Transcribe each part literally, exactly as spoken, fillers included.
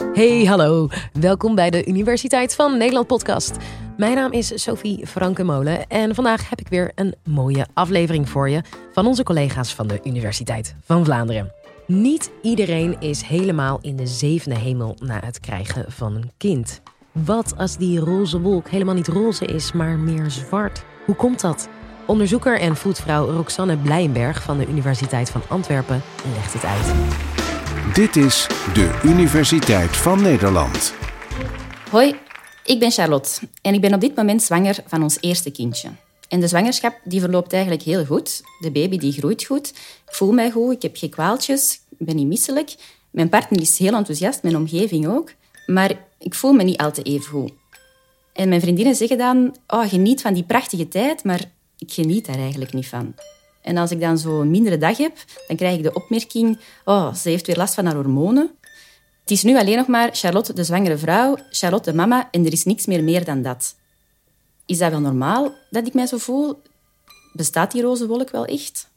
Hey, hallo. Welkom bij de Universiteit van Nederland podcast. Mijn naam is Sophie Frankenmolen en vandaag heb ik weer een mooie aflevering voor je van onze collega's van de Universiteit van Vlaanderen. Niet iedereen is helemaal in de zevende hemel na het krijgen van een kind. Wat als die roze wolk helemaal niet roze is, maar meer zwart? Hoe komt dat? Onderzoeker en voetvrouw Roxanne Blijenberg van de Universiteit van Antwerpen legt het uit. Dit is de Universiteit van Nederland. Hoi, ik ben Charlotte en ik ben op dit moment zwanger van ons eerste kindje. En de zwangerschap die verloopt eigenlijk heel goed. De baby die groeit goed. Ik voel mij goed, ik heb geen kwaaltjes, ik ben niet misselijk. Mijn partner is heel enthousiast, mijn omgeving ook. Maar ik voel me niet al te even goed. En mijn vriendinnen zeggen dan, oh, geniet van die prachtige tijd, maar ik geniet daar eigenlijk niet van. En als ik dan zo een mindere dag heb, dan krijg ik de opmerking, oh, ze heeft weer last van haar hormonen. Het is nu alleen nog maar Charlotte de zwangere vrouw, Charlotte de mama en er is niks meer meer dan dat. Is dat wel normaal dat ik mij zo voel? Bestaat die roze wolk wel echt?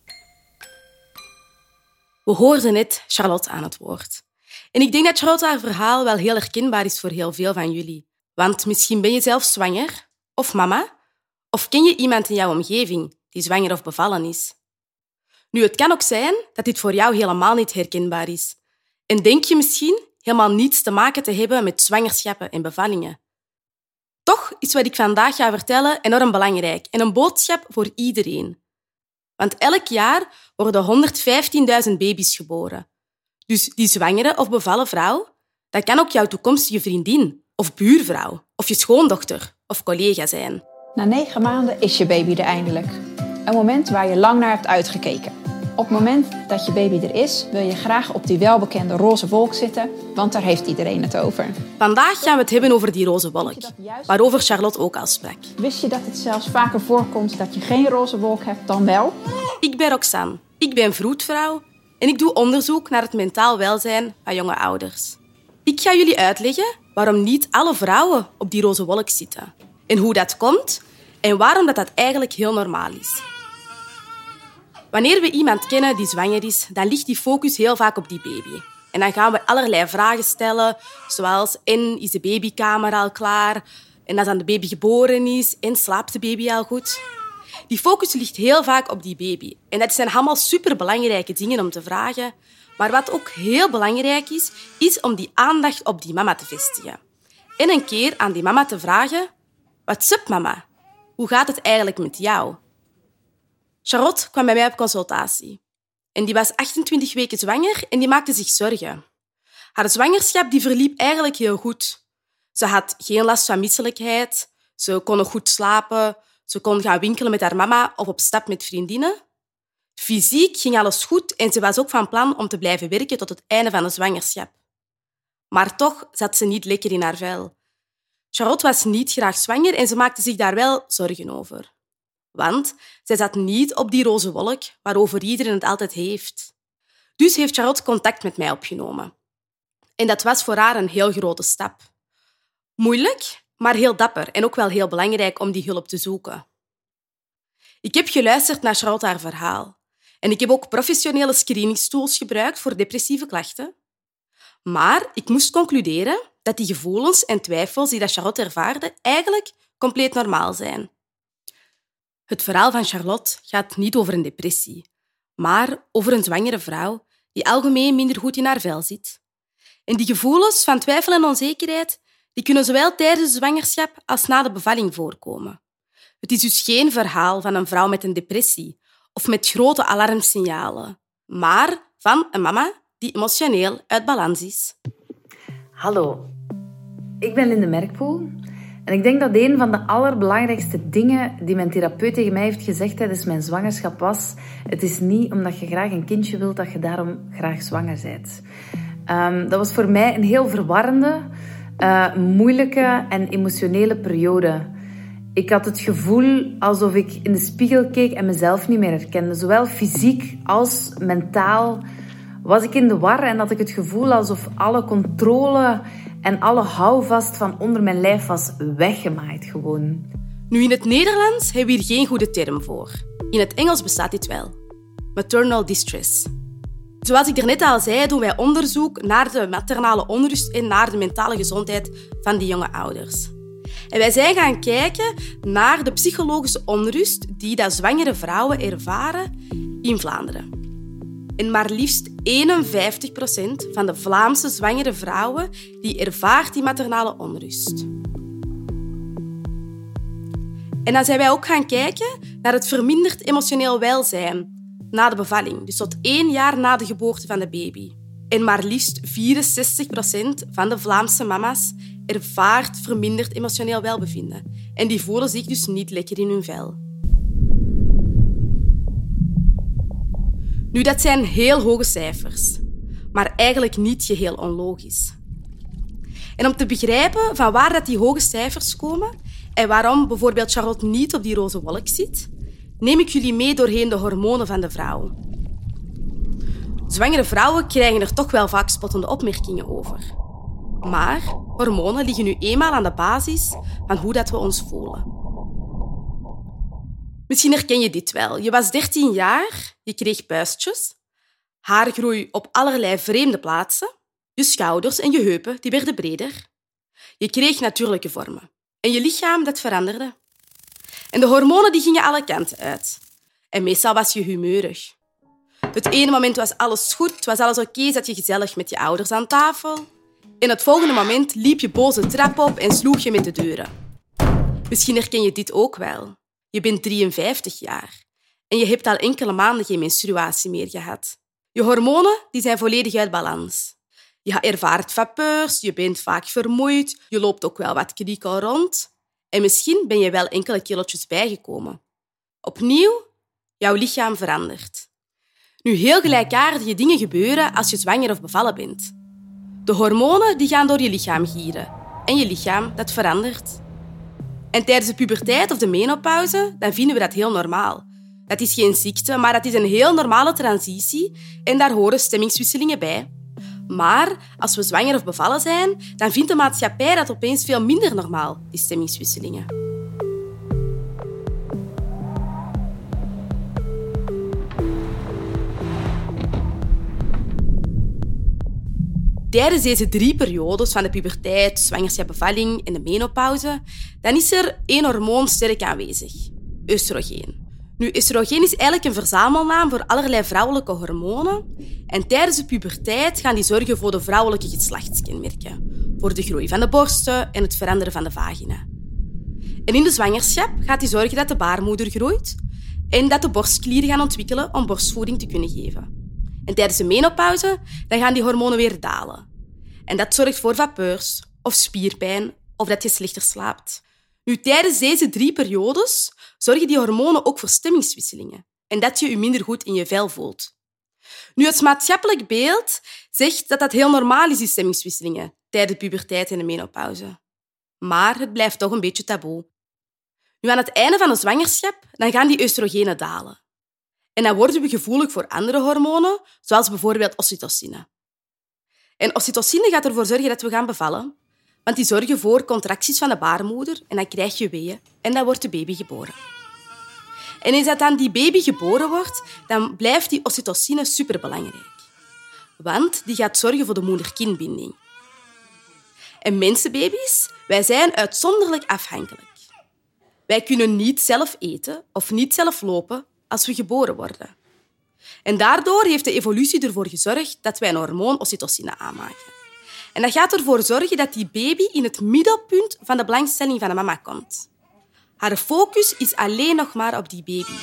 We hoorden net Charlotte aan het woord. En ik denk dat Charlotte haar verhaal wel heel herkenbaar is voor heel veel van jullie. Want misschien ben je zelf zwanger, of mama, of ken je iemand in jouw omgeving die zwanger of bevallen is. Nu, het kan ook zijn dat dit voor jou helemaal niet herkenbaar is. En denk je misschien helemaal niets te maken te hebben met zwangerschappen en bevallingen. Toch is wat ik vandaag ga vertellen enorm belangrijk en een boodschap voor iedereen. Want elk jaar worden honderdvijftienduizend baby's geboren. Dus die zwangere of bevallen vrouw, dat kan ook jouw toekomstige vriendin of buurvrouw of je schoondochter of collega zijn. Na negen maanden is je baby er eindelijk. Een moment waar je lang naar hebt uitgekeken. Op het moment dat je baby er is, wil je graag op die welbekende roze wolk zitten, want daar heeft iedereen het over. Vandaag gaan we het hebben over die roze wolk, waarover Charlotte ook al sprak. Wist je dat het zelfs vaker voorkomt dat je geen roze wolk hebt dan wel? Ik ben Roxanne, ik ben vroedvrouw en ik doe onderzoek naar het mentaal welzijn van jonge ouders. Ik ga jullie uitleggen waarom niet alle vrouwen op die roze wolk zitten en hoe dat komt en waarom dat, dat eigenlijk heel normaal is. Wanneer we iemand kennen die zwanger is, dan ligt die focus heel vaak op die baby. En dan gaan we allerlei vragen stellen, zoals en is de babykamer al klaar? En als dan de baby geboren is, en slaapt de baby al goed? Die focus ligt heel vaak op die baby. En dat zijn allemaal superbelangrijke dingen om te vragen. Maar wat ook heel belangrijk is, is om die aandacht op die mama te vestigen. En een keer aan die mama te vragen, what's up, mama? Hoe gaat het eigenlijk met jou? Charlotte kwam bij mij op consultatie. En die was achtentwintig weken zwanger en die maakte zich zorgen. Haar zwangerschap die verliep eigenlijk heel goed. Ze had geen last van misselijkheid, ze kon nog goed slapen, ze kon gaan winkelen met haar mama of op stap met vriendinnen. Fysiek ging alles goed en ze was ook van plan om te blijven werken tot het einde van de zwangerschap. Maar toch zat ze niet lekker in haar vel. Charlotte was niet graag zwanger en ze maakte zich daar wel zorgen over. Want zij zat niet op die roze wolk waarover iedereen het altijd heeft. Dus heeft Charlotte contact met mij opgenomen. En dat was voor haar een heel grote stap. Moeilijk, maar heel dapper en ook wel heel belangrijk om die hulp te zoeken. Ik heb geluisterd naar Charlotte haar verhaal. En ik heb ook professionele screeningstools gebruikt voor depressieve klachten. Maar ik moest concluderen dat die gevoelens en twijfels die dat Charlotte ervaarde eigenlijk compleet normaal zijn. Het verhaal van Charlotte gaat niet over een depressie, maar over een zwangere vrouw die algemeen minder goed in haar vel zit. En die gevoelens van twijfel en onzekerheid die kunnen zowel tijdens de zwangerschap als na de bevalling voorkomen. Het is dus geen verhaal van een vrouw met een depressie of met grote alarmsignalen, maar van een mama die emotioneel uit balans is. Hallo, ik ben Linde Merkpoel. En ik denk dat een van de allerbelangrijkste dingen die mijn therapeut tegen mij heeft gezegd tijdens mijn zwangerschap was: het is niet omdat je graag een kindje wilt dat je daarom graag zwanger bent. Um, dat was voor mij een heel verwarrende, uh, moeilijke en emotionele periode. Ik had het gevoel alsof ik in de spiegel keek en mezelf niet meer herkende. Zowel fysiek als mentaal was ik in de war en had ik het gevoel alsof alle controle en alle houvast van onder mijn lijf was weggemaaid gewoon. Nu, in het Nederlands hebben we hier geen goede term voor. In het Engels bestaat dit wel. Maternal distress. Zoals ik daarnet al zei, doen wij onderzoek naar de maternale onrust en naar de mentale gezondheid van die jonge ouders. En wij zijn gaan kijken naar de psychologische onrust die dat zwangere vrouwen ervaren in Vlaanderen. En maar liefst eenenvijftig procent van de Vlaamse zwangere vrouwen die ervaart die maternale onrust. En dan zijn wij ook gaan kijken naar het verminderd emotioneel welzijn na de bevalling, dus tot één jaar na de geboorte van de baby. En maar liefst vierenzestig procent van de Vlaamse mama's ervaart verminderd emotioneel welbevinden. En die voelen zich dus niet lekker in hun vel. Nu, dat zijn heel hoge cijfers, maar eigenlijk niet geheel onlogisch. En om te begrijpen van waar dat die hoge cijfers komen en waarom bijvoorbeeld Charlotte niet op die roze wolk zit, neem ik jullie mee doorheen de hormonen van de vrouw. Zwangere vrouwen krijgen er toch wel vaak spottende opmerkingen over. Maar hormonen liggen nu eenmaal aan de basis van hoe dat we ons voelen. Misschien herken je dit wel. Je was dertien jaar, je kreeg puistjes, haargroei op allerlei vreemde plaatsen, je schouders en je heupen die werden breder. Je kreeg natuurlijke vormen en je lichaam dat veranderde. En de hormonen die gingen alle kanten uit. En meestal was je humeurig. Het ene moment was alles goed, was alles oké, zat je gezellig met je ouders aan tafel. En het volgende moment liep je boze trap op en sloeg je met de deuren. Misschien herken je dit ook wel. Je bent drieënvijftig jaar en je hebt al enkele maanden geen menstruatie meer gehad. Je hormonen die zijn volledig uit balans. Je ervaart vapeurs, je bent vaak vermoeid, je loopt ook wel wat kriekel rond. En misschien ben je wel enkele kilootjes bijgekomen. Opnieuw, jouw lichaam verandert. Nu, heel gelijkaardige dingen gebeuren als je zwanger of bevallen bent. De hormonen die gaan door je lichaam gieren. En je lichaam, dat verandert. En tijdens de puberteit of de menopauze, dan vinden we dat heel normaal. Dat is geen ziekte, maar dat is een heel normale transitie en daar horen stemmingswisselingen bij. Maar als we zwanger of bevallen zijn, dan vindt de maatschappij dat opeens veel minder normaal, die stemmingswisselingen. Tijdens deze drie periodes van de puberteit, zwangerschap, bevalling en de menopauze, dan is er één hormoon sterk aanwezig. Oestrogeen. Nu, oestrogeen is eigenlijk een verzamelnaam voor allerlei vrouwelijke hormonen. En tijdens de puberteit gaan die zorgen voor de vrouwelijke geslachtskenmerken. Voor de groei van de borsten en het veranderen van de vagina. En in de zwangerschap gaat die zorgen dat de baarmoeder groeit en dat de borstklieren gaan ontwikkelen om borstvoeding te kunnen geven. En tijdens de menopauze dan gaan die hormonen weer dalen. En dat zorgt voor vapeurs of spierpijn of dat je slechter slaapt. Nu, tijdens deze drie periodes zorgen die hormonen ook voor stemmingswisselingen en dat je je minder goed in je vel voelt. Nu, het maatschappelijk beeld zegt dat dat heel normaal is, die stemmingswisselingen, tijdens de puberteit en de menopauze. Maar het blijft toch een beetje taboe. Nu, aan het einde van de zwangerschap dan gaan die oestrogenen dalen. En dan worden we gevoelig voor andere hormonen, zoals bijvoorbeeld oxytocine. En oxytocine gaat ervoor zorgen dat we gaan bevallen, want die zorgen voor contracties van de baarmoeder en dan krijg je weeën en dan wordt de baby geboren. En als dan die baby geboren wordt, dan blijft die oxytocine superbelangrijk. Want die gaat zorgen voor de moeder-kindbinding. En mensenbaby's, wij zijn uitzonderlijk afhankelijk. Wij kunnen niet zelf eten of niet zelf lopen als we geboren worden. En daardoor heeft de evolutie ervoor gezorgd dat wij een hormoon oxytocine aanmaken. En dat gaat ervoor zorgen dat die baby in het middelpunt van de belangstelling van de mama komt. Haar focus is alleen nog maar op die baby.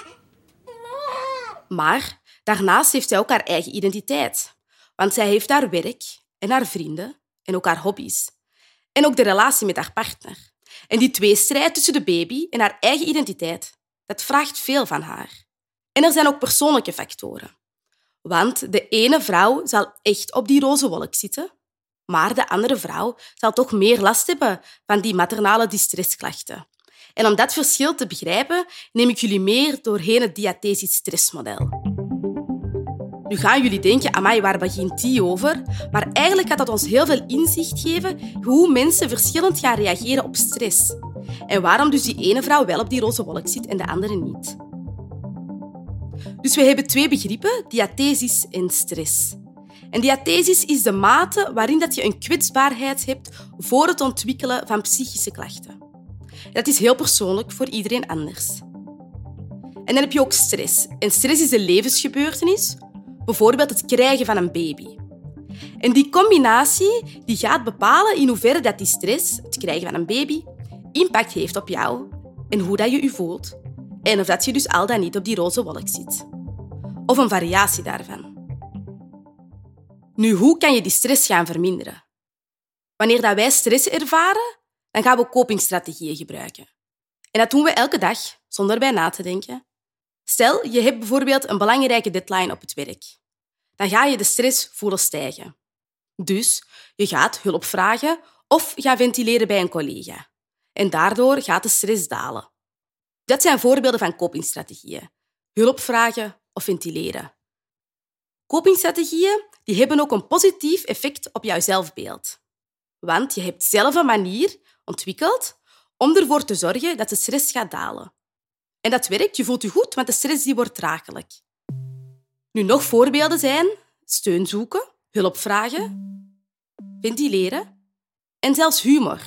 Maar daarnaast heeft zij ook haar eigen identiteit. Want zij heeft haar werk en haar vrienden en ook haar hobby's. En ook de relatie met haar partner. En die tweestrijd tussen de baby en haar eigen identiteit, dat vraagt veel van haar. En er zijn ook persoonlijke factoren. Want de ene vrouw zal echt op die roze wolk zitten, maar de andere vrouw zal toch meer last hebben van die maternale distressklachten. En om dat verschil te begrijpen, neem ik jullie mee doorheen het diathesisch stressmodel. Nu gaan jullie denken, amai, waar begint die over? Maar eigenlijk gaat dat ons heel veel inzicht geven hoe mensen verschillend gaan reageren op stress. En waarom dus die ene vrouw wel op die roze wolk zit en de andere niet. Dus we hebben twee begrippen, diathesis en stress. En diathesis is de mate waarin dat je een kwetsbaarheid hebt voor het ontwikkelen van psychische klachten. Dat is heel persoonlijk voor iedereen anders. En dan heb je ook stress. En stress is een levensgebeurtenis, bijvoorbeeld het krijgen van een baby. En die combinatie die gaat bepalen in hoeverre dat die stress, het krijgen van een baby, impact heeft op jou en hoe dat je je voelt. En of dat je dus al dan niet op die roze wolk zit. Of een variatie daarvan. Nu, hoe kan je die stress gaan verminderen? Wanneer dat wij stress ervaren, dan gaan we copingstrategieën gebruiken. En dat doen we elke dag, zonder bij na te denken. Stel, je hebt bijvoorbeeld een belangrijke deadline op het werk. Dan ga je de stress voelen stijgen. Dus je gaat hulp vragen of gaat ventileren bij een collega. En daardoor gaat de stress dalen. Dat zijn voorbeelden van copingstrategieën. Hulp vragen of ventileren. Copingstrategieën die hebben ook een positief effect op jouw zelfbeeld. Want je hebt zelf een manier ontwikkeld om ervoor te zorgen dat de stress gaat dalen. En dat werkt, je voelt je goed, want de stress die wordt draaglijk. Nu, nog voorbeelden zijn steun zoeken, hulp vragen, ventileren en zelfs humor.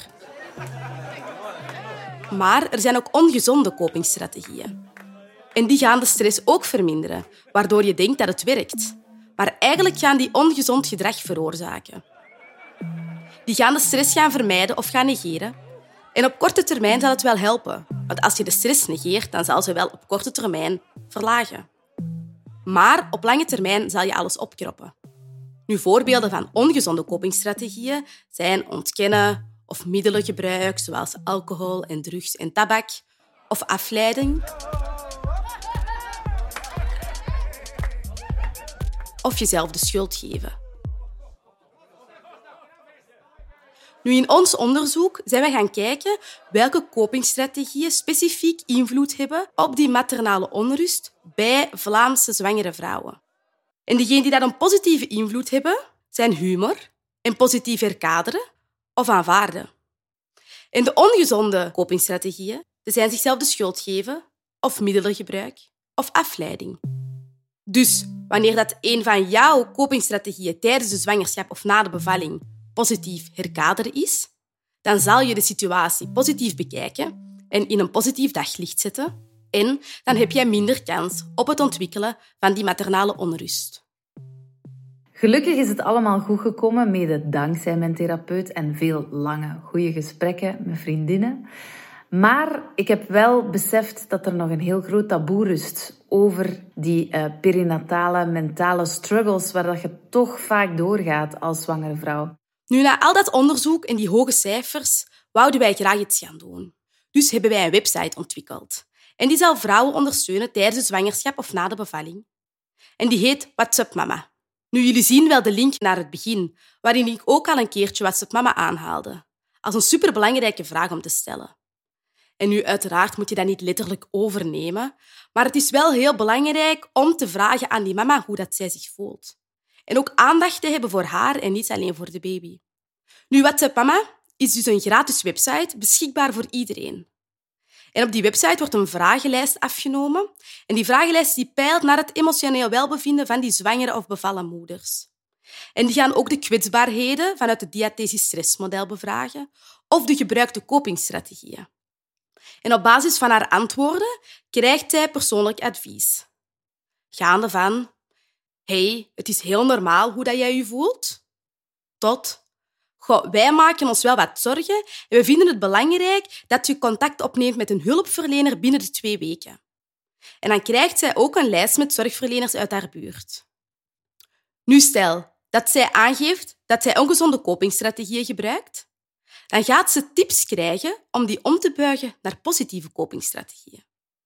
Maar er zijn ook ongezonde copingstrategieën. En die gaan de stress ook verminderen, waardoor je denkt dat het werkt. Maar eigenlijk gaan die ongezond gedrag veroorzaken. Die gaan de stress gaan vermijden of gaan negeren. En op korte termijn zal het wel helpen. Want als je de stress negeert, dan zal ze wel op korte termijn verlagen. Maar op lange termijn zal je alles opkroppen. Nu, voorbeelden van ongezonde copingstrategieën zijn ontkennen of middelengebruik, zoals alcohol en drugs en tabak, of afleiding. Of jezelf de schuld geven. Nu, in ons onderzoek zijn we gaan kijken welke copingstrategieën specifiek invloed hebben op die maternale onrust bij Vlaamse zwangere vrouwen. En diegenen die daar een positieve invloed hebben, zijn humor en positief herkaderen of aanvaarden. En de ongezonde copingstrategieën zijn zichzelf de schuld geven of middelengebruik of afleiding. Dus wanneer dat een van jouw copingstrategieën tijdens de zwangerschap of na de bevalling positief herkaderen is, dan zal je de situatie positief bekijken en in een positief daglicht zetten. En dan heb jij minder kans op het ontwikkelen van die maternale onrust. Gelukkig is het allemaal goed gekomen, mede dankzij mijn therapeut en veel lange, goede gesprekken met vriendinnen. Maar ik heb wel beseft dat er nog een heel groot taboe rust over die uh, perinatale mentale struggles waar dat je toch vaak doorgaat als zwangere vrouw. Nu, na al dat onderzoek en die hoge cijfers, wouden wij graag iets gaan doen. Dus hebben wij een website ontwikkeld. En die zal vrouwen ondersteunen tijdens de zwangerschap of na de bevalling. En die heet WhatsApp Mama. Nu, jullie zien wel de link naar het begin, waarin ik ook al een keertje WhatsApp Mama aanhaalde. Als een superbelangrijke vraag om te stellen. En nu, uiteraard moet je dat niet letterlijk overnemen, maar het is wel heel belangrijk om te vragen aan die mama hoe dat zij zich voelt. En ook aandacht te hebben voor haar en niet alleen voor de baby. Nu, WhatsApp Mama is dus een gratis website beschikbaar voor iedereen. En op die website wordt een vragenlijst afgenomen. En die vragenlijst die peilt naar het emotioneel welbevinden van die zwangere of bevallen moeders. En die gaan ook de kwetsbaarheden vanuit het diathesis-stressmodel bevragen of de gebruikte copingstrategieën. En op basis van haar antwoorden krijgt zij persoonlijk advies. Gaande van, hey, het is heel normaal hoe dat jij je voelt, tot, goh, wij maken ons wel wat zorgen en we vinden het belangrijk dat je contact opneemt met een hulpverlener binnen de twee weken. En dan krijgt zij ook een lijst met zorgverleners uit haar buurt. Nu stel dat zij aangeeft dat zij ongezonde copingstrategieën gebruikt, dan gaat ze tips krijgen om die om te buigen naar positieve copingstrategieën.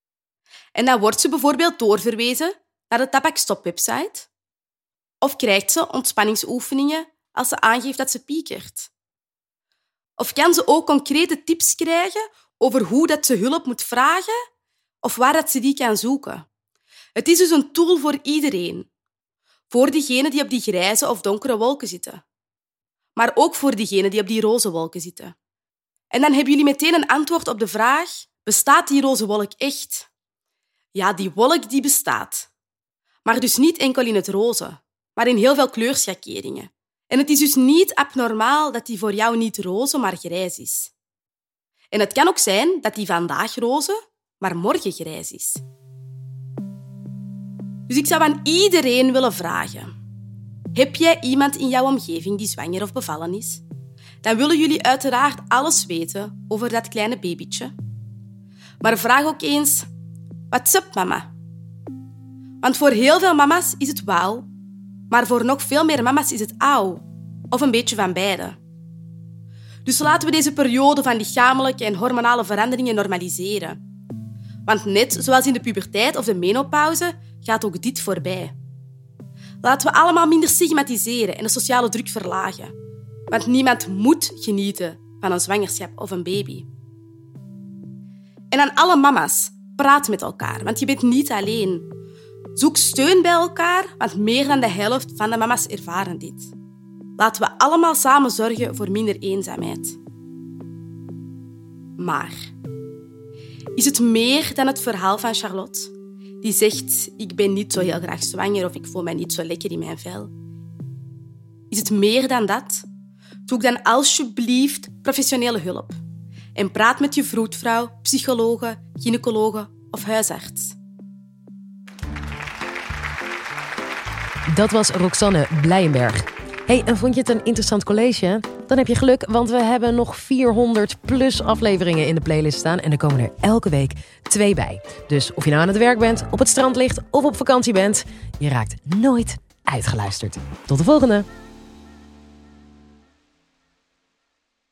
En dan wordt ze bijvoorbeeld doorverwezen naar de tabakstop-website of krijgt ze ontspanningsoefeningen als ze aangeeft dat ze piekert. Of kan ze ook concrete tips krijgen over hoe dat ze hulp moet vragen of waar dat ze die kan zoeken. Het is dus een tool voor iedereen. Voor diegenen die op die grijze of donkere wolken zitten. Maar ook voor diegenen die op die roze wolken zitten. En dan hebben jullie meteen een antwoord op de vraag, bestaat die roze wolk echt? Ja, die wolk die bestaat. Maar dus niet enkel in het roze, maar in heel veel kleurschakeringen. En het is dus niet abnormaal dat die voor jou niet roze, maar grijs is. En het kan ook zijn dat die vandaag roze, maar morgen grijs is. Dus ik zou aan iedereen willen vragen. Heb jij iemand in jouw omgeving die zwanger of bevallen is? Dan willen jullie uiteraard alles weten over dat kleine babytje. Maar vraag ook eens, what's up, mama? Want voor heel veel mama's is het wauw, maar voor nog veel meer mama's is het auw, of een beetje van beide. Dus laten we deze periode van lichamelijke en hormonale veranderingen normaliseren. Want net zoals in de puberteit of de menopauze gaat ook dit voorbij. Laten we allemaal minder stigmatiseren en de sociale druk verlagen. Want niemand moet genieten van een zwangerschap of een baby. En aan alle mama's, praat met elkaar, want je bent niet alleen. Zoek steun bij elkaar, want meer dan de helft van de mama's ervaren dit. Laten we allemaal samen zorgen voor minder eenzaamheid. Maar is het meer dan het verhaal van Charlotte, die zegt, ik ben niet zo heel graag zwanger of ik voel mij niet zo lekker in mijn vel? Is het meer dan dat? Zoek dan alsjeblieft professionele hulp. En praat met je vroedvrouw, psychologe, gynaecologe of huisarts. Dat was Roxanne Blijenberg. Hey, en vond je het een interessant college? Dan heb je geluk, want we hebben nog vierhonderd plus afleveringen in de playlist staan. En er komen er elke week twee bij. Dus of je nou aan het werk bent, op het strand ligt of op vakantie bent, je raakt nooit uitgeluisterd. Tot de volgende!